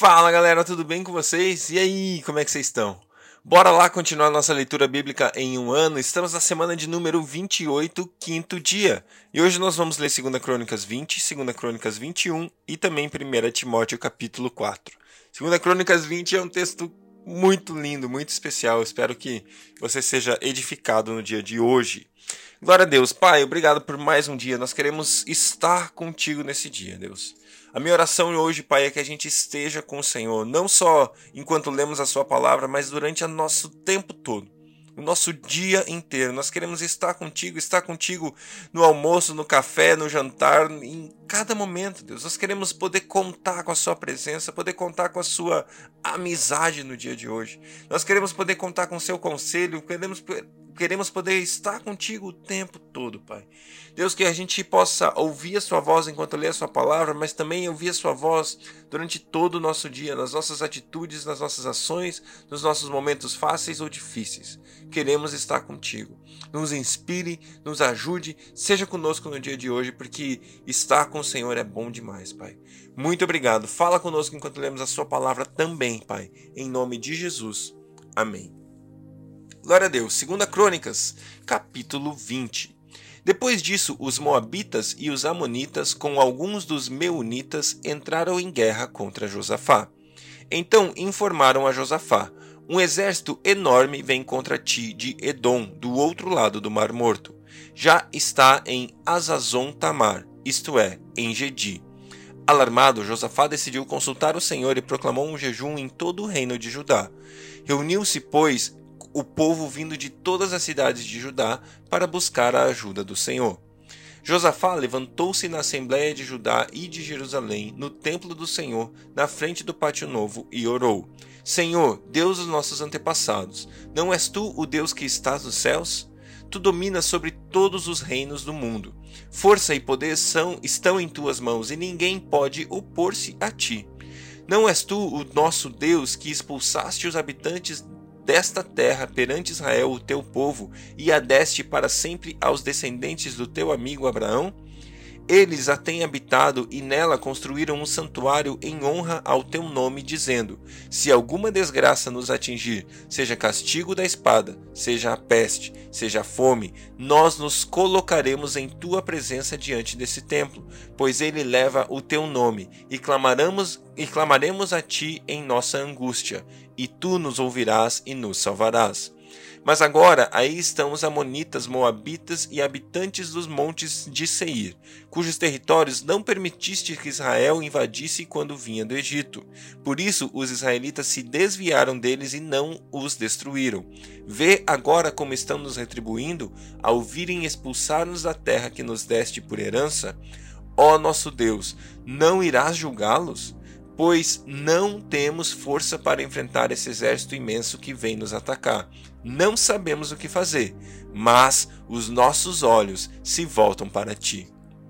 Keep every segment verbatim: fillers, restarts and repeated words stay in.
Fala galera, tudo bem com vocês? E aí, como é que vocês estão? Bora lá continuar nossa leitura bíblica em um ano. Estamos na semana de número vinte e oito, quinto dia. E hoje nós vamos ler segunda Crônicas vinte, segunda Crônicas vinte e um e também primeira Timóteo capítulo quatro. segunda Crônicas vinte é um texto muito lindo, muito especial. Espero que você seja edificado no dia de hoje. Glória a Deus. Pai, obrigado por mais um dia. Nós queremos estar contigo nesse dia, Deus. A minha oração hoje, Pai, é que a gente esteja com o Senhor, não só enquanto lemos a sua palavra, mas durante o nosso tempo todo, o nosso dia inteiro. Nós queremos estar contigo, estar contigo no almoço, no café, no jantar, em cada momento, Deus. Nós queremos poder contar com a sua presença, poder contar com a sua amizade no dia de hoje. Nós queremos poder contar com o seu conselho, queremos Queremos poder estar contigo o tempo todo, Pai. Deus, que a gente possa ouvir a sua voz enquanto lê a sua palavra, mas também ouvir a sua voz durante todo o nosso dia, nas nossas atitudes, nas nossas ações, nos nossos momentos fáceis ou difíceis. Queremos estar contigo. Nos inspire, nos ajude, seja conosco no dia de hoje, porque estar com o Senhor é bom demais, Pai. Muito obrigado. Fala conosco enquanto lemos a sua palavra também, Pai. Em nome de Jesus. Amém. Glória a Deus. segunda Crônicas, capítulo vinte. Depois disso, os moabitas e os amonitas, com alguns dos meunitas, entraram em guerra contra Josafá. Então informaram a Josafá: um exército enorme vem contra ti de Edom, do outro lado do Mar Morto. Já está em Azazon Tamar, isto é, em Gedi. Alarmado, Josafá decidiu consultar o Senhor e proclamou um jejum em todo o reino de Judá. Reuniu-se, pois, o povo vindo de todas as cidades de Judá para buscar a ajuda do Senhor. Josafá levantou-se na Assembleia de Judá e de Jerusalém, no templo do Senhor, na frente do pátio novo, e orou: Senhor, Deus dos nossos antepassados, não és tu o Deus que estás nos céus? Tu dominas sobre todos os reinos do mundo. Força e poder são, estão em tuas mãos, e ninguém pode opor-se a ti. Não és tu o nosso Deus que expulsaste os habitantes desta terra perante Israel, o teu povo, e a deste para sempre aos descendentes do teu amigo Abraão? Eles a têm habitado e nela construíram um santuário em honra ao teu nome, dizendo: se alguma desgraça nos atingir, seja castigo da espada, seja a peste, seja a fome, nós nos colocaremos em tua presença diante desse templo, pois ele leva o teu nome, e clamaremos, e clamaremos a ti em nossa angústia, e tu nos ouvirás e nos salvarás. Mas agora aí estão os amonitas, moabitas e habitantes dos montes de Seir, cujos territórios não permitiste que Israel invadisse quando vinha do Egito. Por isso os israelitas se desviaram deles e não os destruíram. Vê agora como estão nos retribuindo ao virem expulsar-nos da terra que nos deste por herança. Ó nosso Deus, não irás julgá-los? Pois não temos força para enfrentar esse exército imenso que vem nos atacar. Não sabemos o que fazer, mas os nossos olhos se voltam para ti.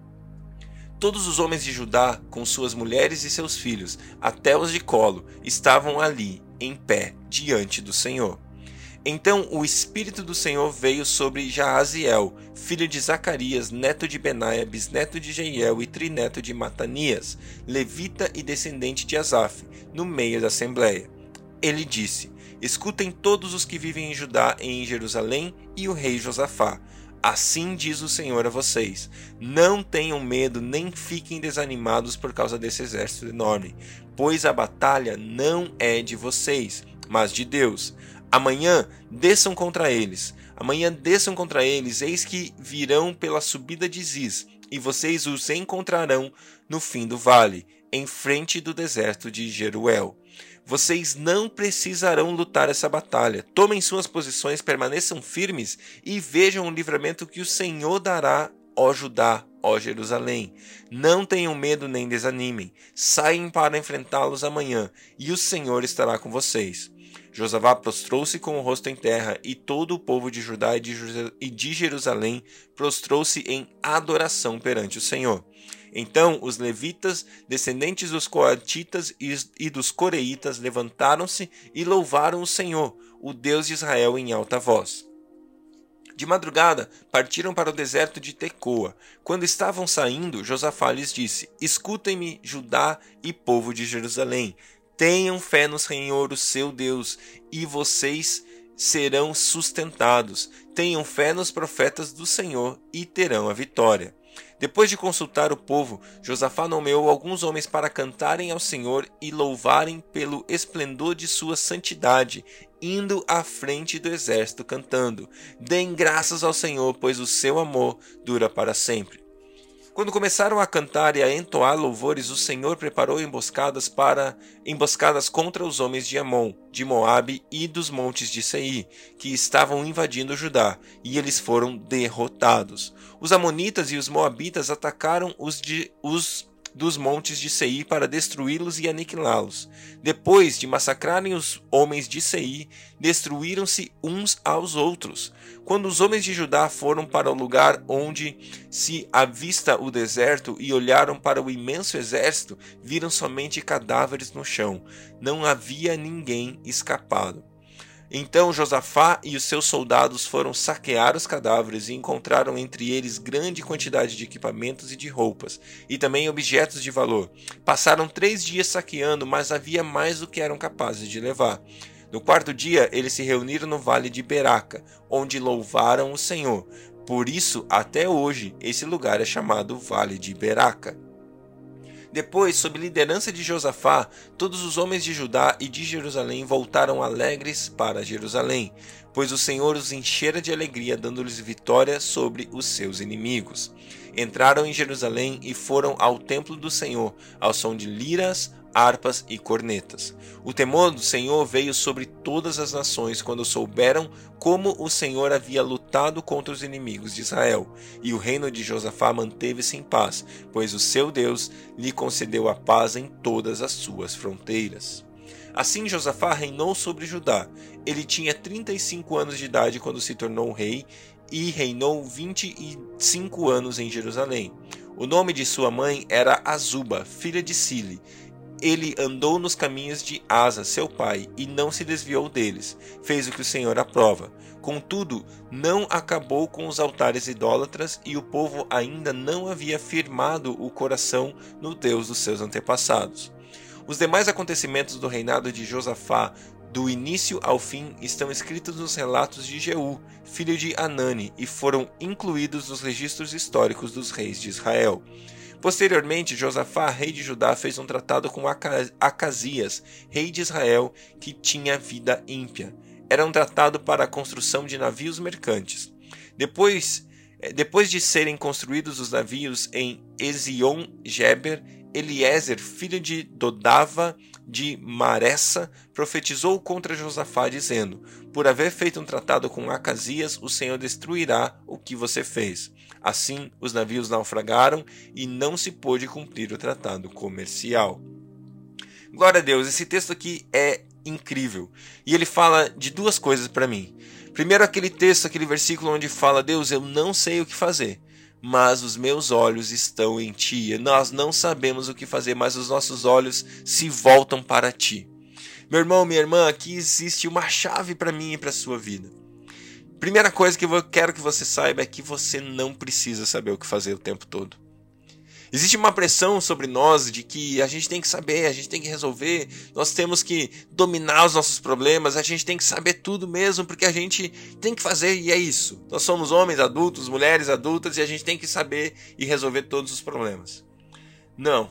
Todos os homens de Judá, com suas mulheres e seus filhos, até os de colo, estavam ali, em pé, diante do Senhor. Então o Espírito do Senhor veio sobre Jaaziel, filho de Zacarias, neto de Benaia, bisneto de Jeiel e trineto de Matanias, levita e descendente de Asaf, no meio da Assembleia. Ele disse: escutem todos os que vivem em Judá e em Jerusalém e o rei Josafá. Assim diz o Senhor a vocês: não tenham medo nem fiquem desanimados por causa desse exército enorme, pois a batalha não é de vocês, mas de Deus. Amanhã desçam contra eles, amanhã desçam contra eles, eis que virão pela subida de Ziz, e vocês os encontrarão no fim do vale, em frente do deserto de Jeruel. Vocês não precisarão lutar essa batalha. Tomem suas posições, permaneçam firmes e vejam o livramento que o Senhor dará, ó Judá, ó Jerusalém. Não tenham medo nem desanimem. Saiam para enfrentá-los amanhã, e o Senhor estará com vocês. Josafá prostrou-se com o rosto em terra, e todo o povo de Judá e de Jerusalém prostrou-se em adoração perante o Senhor. Então os levitas, descendentes dos coatitas e dos coreitas, levantaram-se e louvaram o Senhor, o Deus de Israel, em alta voz. De madrugada, partiram para o deserto de Tecoa. Quando estavam saindo, Josafá lhes disse: escutem-me, Judá e povo de Jerusalém. Tenham fé no Senhor, o seu Deus, e vocês serão sustentados. Tenham fé nos profetas do Senhor e terão a vitória. Depois de consultar o povo, Josafá nomeou alguns homens para cantarem ao Senhor e louvarem pelo esplendor de sua santidade, indo à frente do exército cantando: Deem graças ao Senhor, pois o seu amor dura para sempre. Quando começaram a cantar e a entoar louvores, o Senhor preparou emboscadas para emboscadas contra os homens de Amon, de Moabe e dos montes de Seir, que estavam invadindo Judá, e eles foram derrotados. Os amonitas e os moabitas atacaram os, de, os dos montes de Seir para destruí-los e aniquilá-los. Depois de massacrarem os homens de Seir, destruíram-se uns aos outros. Quando os homens de Judá foram para o lugar onde se avista o deserto e olharam para o imenso exército, viram somente cadáveres no chão. Não havia ninguém escapado. Então Josafá e os seus soldados foram saquear os cadáveres e encontraram entre eles grande quantidade de equipamentos e de roupas, e também objetos de valor. Passaram três dias saqueando, mas havia mais do que eram capazes de levar. No quarto dia, eles se reuniram no vale de Beraca, onde louvaram o Senhor. Por isso, até hoje, esse lugar é chamado Vale de Beraca. Depois, sob liderança de Josafá, todos os homens de Judá e de Jerusalém voltaram alegres para Jerusalém, pois o Senhor os enchera de alegria, dando-lhes vitória sobre os seus inimigos. Entraram em Jerusalém e foram ao templo do Senhor, ao som de liras, harpas e cornetas. O temor do Senhor veio sobre todas as nações quando souberam como o Senhor havia lutado contra os inimigos de Israel, e o reino de Josafá manteve-se em paz, pois o seu Deus lhe concedeu a paz em todas as suas fronteiras. Assim Josafá reinou sobre Judá. Ele tinha trinta e cinco anos de idade quando se tornou rei e reinou vinte e cinco anos em Jerusalém. O nome de sua mãe era Azuba, filha de Sile. Ele andou nos caminhos de Asa, seu pai, e não se desviou deles. Fez o que o Senhor aprova. Contudo, não acabou com os altares idólatras, e o povo ainda não havia firmado o coração no Deus dos seus antepassados. Os demais acontecimentos do reinado de Josafá, do início ao fim, estão escritos nos relatos de Jeú, filho de Anani, e foram incluídos nos registros históricos dos reis de Israel. Posteriormente, Josafá, rei de Judá, fez um tratado com Acasias, rei de Israel, que tinha vida ímpia. Era um tratado para a construção de navios mercantes. Depois, depois de serem construídos os navios em Ezion-Geber, Eliezer, filho de Dodava de Maressa, profetizou contra Josafá, dizendo: Por haver feito um tratado com Acasias, o Senhor destruirá o que você fez. Assim, os navios naufragaram e não se pôde cumprir o tratado comercial. Glória a Deus, esse texto aqui é incrível. E ele fala de duas coisas para mim. Primeiro, aquele texto, aquele versículo onde fala: Deus, eu não sei o que fazer, mas os meus olhos estão em ti. Nós não sabemos o que fazer, mas os nossos olhos se voltam para ti. Meu irmão, minha irmã, aqui existe uma chave para mim e para a sua vida. Primeira coisa que eu quero que você saiba é que você não precisa saber o que fazer o tempo todo. Existe uma pressão sobre nós de que a gente tem que saber, a gente tem que resolver, nós temos que dominar os nossos problemas, a gente tem que saber tudo mesmo, porque a gente tem que fazer e é isso. Nós somos homens adultos, mulheres adultas e a gente tem que saber e resolver todos os problemas. Não,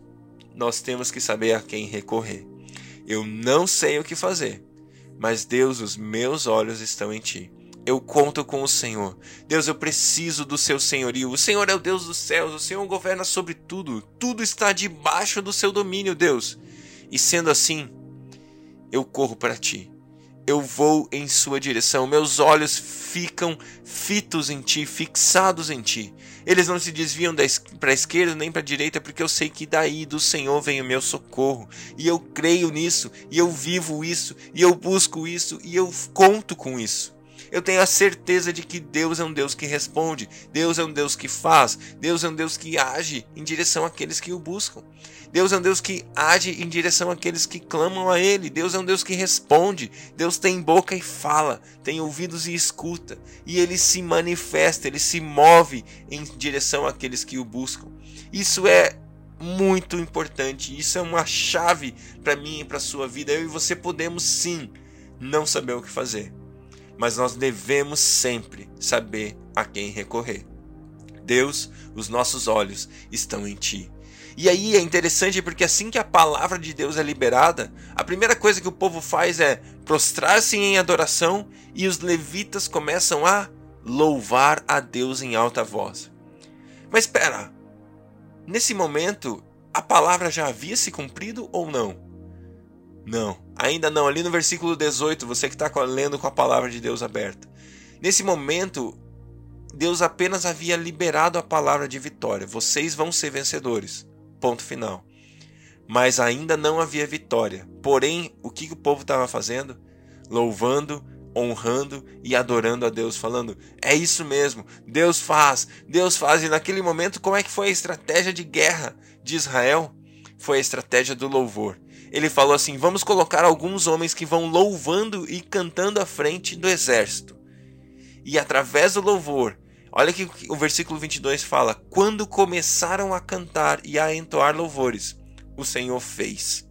nós temos que saber a quem recorrer. Eu não sei o que fazer, mas Deus, os meus olhos estão em ti. Eu conto com o Senhor. Deus, eu preciso do seu senhorio. O Senhor é o Deus dos céus. O Senhor governa sobre tudo. Tudo está debaixo do seu domínio, Deus. E sendo assim, eu corro para ti. Eu vou em sua direção. Meus olhos ficam fitos em ti, fixados em ti. Eles não se desviam para a esquerda nem para a direita, porque eu sei que daí do Senhor vem o meu socorro. E eu creio nisso, e eu vivo isso, e eu busco isso, e eu conto com isso. Eu tenho a certeza de que Deus é um Deus que responde, Deus é um Deus que faz, Deus é um Deus que age em direção àqueles que o buscam. Deus é um Deus que age em direção àqueles que clamam a Ele. Deus é um Deus que responde. Deus tem boca e fala, tem ouvidos e escuta. E Ele se manifesta, Ele se move em direção àqueles que o buscam. Isso é muito importante. Isso é uma chave para mim e para a sua vida. Eu e você podemos sim não saber o que fazer, mas nós devemos sempre saber a quem recorrer. Deus, os nossos olhos estão em ti. E aí é interessante porque assim que a palavra de Deus é liberada, a primeira coisa que o povo faz é prostrar-se em adoração e os levitas começam a louvar a Deus em alta voz. Mas espera, nesse momento a palavra já havia se cumprido ou não? Não, ainda não. Ali no versículo dezoito, você que está lendo com a palavra de Deus aberta. Nesse momento, Deus apenas havia liberado a palavra de vitória. Vocês vão ser vencedores. Ponto final. Mas ainda não havia vitória. Porém, o que o povo estava fazendo? Louvando, honrando e adorando a Deus, falando, é isso mesmo, Deus faz, Deus faz. E naquele momento, como é que foi a estratégia de guerra de Israel? Foi a estratégia do louvor. Ele falou assim, vamos colocar alguns homens que vão louvando e cantando à frente do exército. E através do louvor, olha que o versículo vinte e dois fala, quando começaram a cantar e a entoar louvores, o Senhor fez.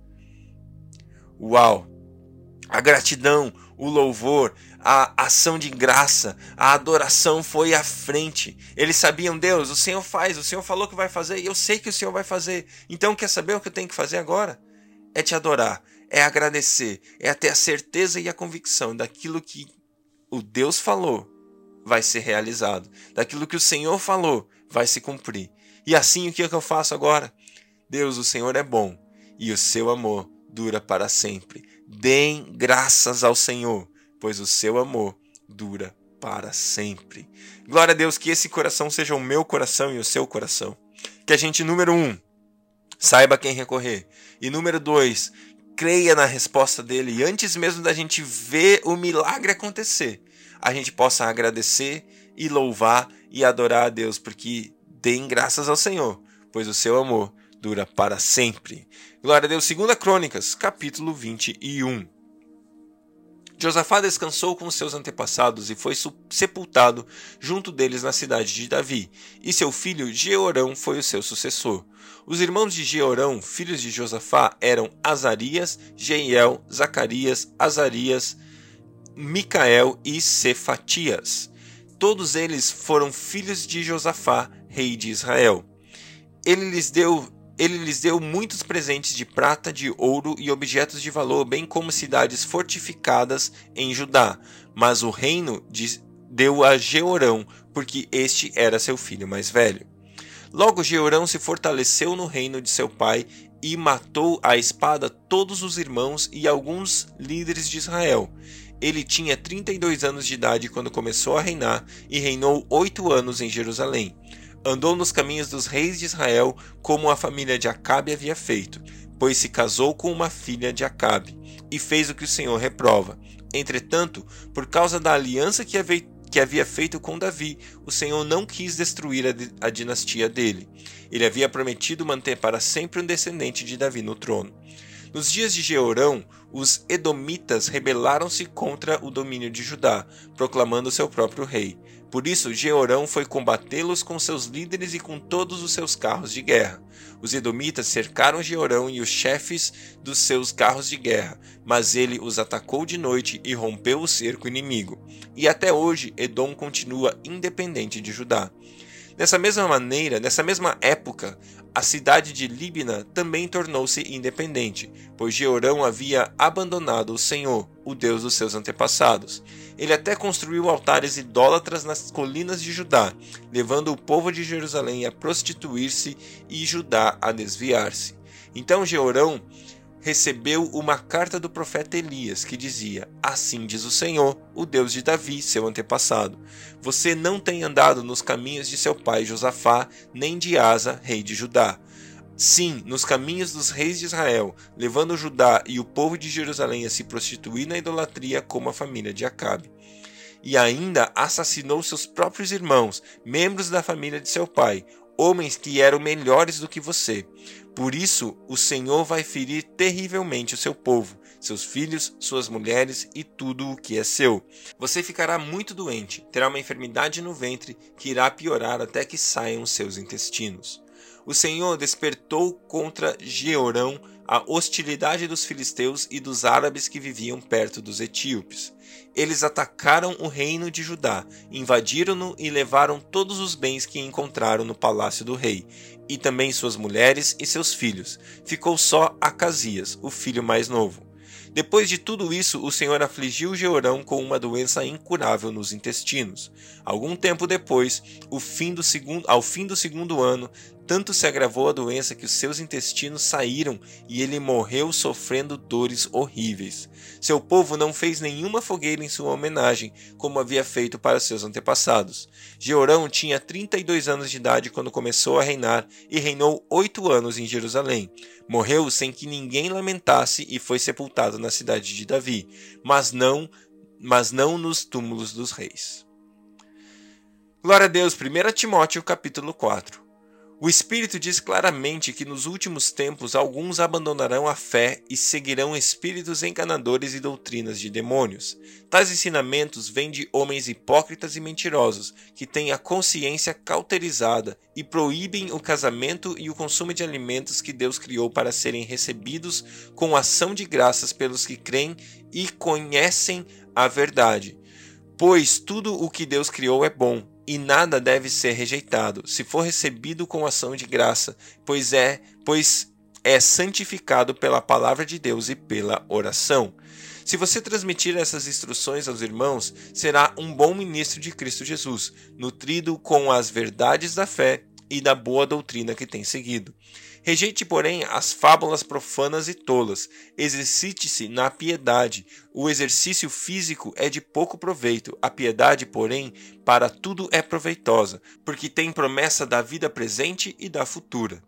Uau! A gratidão, o louvor, a ação de graça, a adoração foi à frente. Eles sabiam, Deus, o Senhor faz, o Senhor falou que vai fazer e eu sei que o Senhor vai fazer. Então quer saber o que eu tenho que fazer agora? É te adorar, é agradecer, é ter a certeza e a convicção daquilo que o Deus falou vai ser realizado. Daquilo que o Senhor falou vai se cumprir. E assim o que é que eu faço agora? Deus, o Senhor é bom e o seu amor dura para sempre. Deem graças ao Senhor, pois o seu amor dura para sempre. Glória a Deus, que esse coração seja o meu coração e o seu coração. Que a gente, número um, saiba quem recorrer. E número dois, creia na resposta dele. E antes mesmo da gente ver o milagre acontecer, a gente possa agradecer e louvar e adorar a Deus, porque deem graças ao Senhor, pois o seu amor dura para sempre. Glória a Deus. Segunda Crônicas, capítulo vinte e um. Josafá descansou com seus antepassados e foi sepultado junto deles na cidade de Davi, e seu filho Jeorão foi o seu sucessor. Os irmãos de Jeorão, filhos de Josafá, eram Azarias, Jeiel, Zacarias, Azarias, Micael e Cefatias. Todos eles foram filhos de Josafá, rei de Israel. Ele lhes deu Ele lhes deu muitos presentes de prata, de ouro e objetos de valor, bem como cidades fortificadas em Judá. Mas o reino de, deu a Jeorão, porque este era seu filho mais velho. Logo Jeorão se fortaleceu no reino de seu pai e matou à espada todos os irmãos e alguns líderes de Israel. Ele tinha trinta e dois anos de idade quando começou a reinar e reinou oito anos em Jerusalém. Andou nos caminhos dos reis de Israel, como a família de Acabe havia feito, pois se casou com uma filha de Acabe, e fez o que o Senhor reprova. Entretanto, por causa da aliança que havia feito com Davi, o Senhor não quis destruir a dinastia dele. Ele havia prometido manter para sempre um descendente de Davi no trono. Nos dias de Jeorão, os edomitas rebelaram-se contra o domínio de Judá, proclamando seu próprio rei. Por isso, Jeorão foi combatê-los com seus líderes e com todos os seus carros de guerra. Os edomitas cercaram Jeorão e os chefes dos seus carros de guerra, mas ele os atacou de noite e rompeu o cerco inimigo. E até hoje, Edom continua independente de Judá. Dessa mesma maneira, nessa mesma época, a cidade de Líbina também tornou-se independente, pois Jeorão havia abandonado o Senhor, o Deus dos seus antepassados. Ele até construiu altares idólatras nas colinas de Judá, levando o povo de Jerusalém a prostituir-se e Judá a desviar-se. Então Jeorão recebeu uma carta do profeta Elias, que dizia: assim diz o Senhor, o Deus de Davi, seu antepassado. Você não tem andado nos caminhos de seu pai Josafá, nem de Asa, rei de Judá. Sim, nos caminhos dos reis de Israel, levando Judá e o povo de Jerusalém a se prostituir na idolatria como a família de Acabe. E ainda assassinou seus próprios irmãos, membros da família de seu pai, homens que eram melhores do que você. Por isso, o Senhor vai ferir terrivelmente o seu povo, seus filhos, suas mulheres e tudo o que é seu. Você ficará muito doente, terá uma enfermidade no ventre que irá piorar até que saiam os seus intestinos. O Senhor despertou contra Jeorão a hostilidade dos filisteus e dos árabes que viviam perto dos etíopes. Eles atacaram o reino de Judá, invadiram-no e levaram todos os bens que encontraram no palácio do rei, e também suas mulheres e seus filhos. Ficou só Acasias, o filho mais novo. Depois de tudo isso, o Senhor afligiu Jeorão com uma doença incurável nos intestinos. Algum tempo depois, o fim do segundo, ao fim do segundo ano, tanto se agravou a doença que os seus intestinos saíram e ele morreu sofrendo dores horríveis. Seu povo não fez nenhuma fogueira em sua homenagem, como havia feito para seus antepassados. Jeorão tinha trinta e dois anos de idade quando começou a reinar e reinou oito anos em Jerusalém. Morreu sem que ninguém lamentasse e foi sepultado na cidade de Davi, mas não, mas não nos túmulos dos reis. Glória a Deus, primeiro Timóteo capítulo quatro. O Espírito diz claramente que nos últimos tempos alguns abandonarão a fé e seguirão espíritos enganadores e doutrinas de demônios. Tais ensinamentos vêm de homens hipócritas e mentirosos, que têm a consciência cauterizada e proíbem o casamento e o consumo de alimentos que Deus criou para serem recebidos com ação de graças pelos que creem e conhecem a verdade. Pois tudo o que Deus criou é bom, e nada deve ser rejeitado, se for recebido com ação de graça, pois é, pois é santificado pela palavra de Deus e pela oração. Se você transmitir essas instruções aos irmãos, será um bom ministro de Cristo Jesus, nutrido com as verdades da fé e da boa doutrina que tem seguido. Rejeite, porém, as fábulas profanas e tolas. Exercite-se na piedade. O exercício físico é de pouco proveito. A piedade, porém, para tudo é proveitosa, porque tem promessa da vida presente e da futura.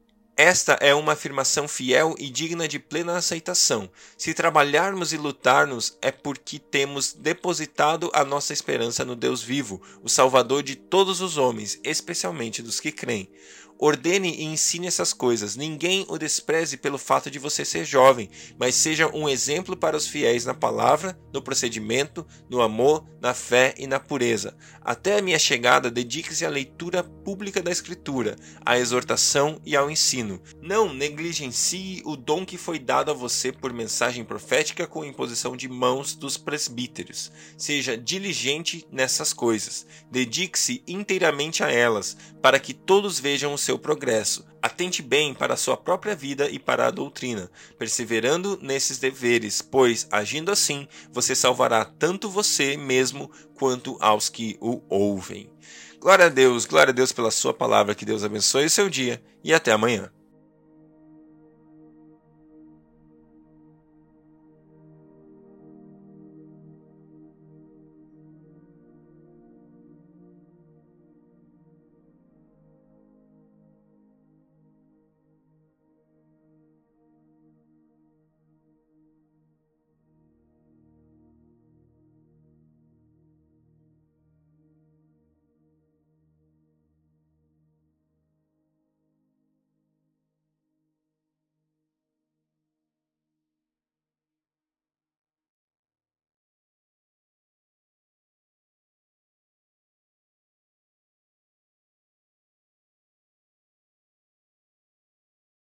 Esta é uma afirmação fiel e digna de plena aceitação. Se trabalharmos e lutarmos, é porque temos depositado a nossa esperança no Deus vivo, o Salvador de todos os homens, especialmente dos que creem. Ordene e ensine essas coisas. Ninguém o despreze pelo fato de você ser jovem, mas seja um exemplo para os fiéis na palavra, no procedimento, no amor, na fé e na pureza. Até a minha chegada, dedique-se à leitura pública da Escritura, à exortação e ao ensino. Não negligencie o dom que foi dado a você por mensagem profética com imposição de mãos dos presbíteros. Seja diligente nessas coisas. Dedique-se inteiramente a elas, para que todos vejam o seu progresso. Atente bem para a sua própria vida e para a doutrina, perseverando nesses deveres, pois, agindo assim, você salvará tanto você mesmo quanto aos que o ouvem. Glória a Deus, glória a Deus pela sua palavra, que Deus abençoe o seu dia e até amanhã.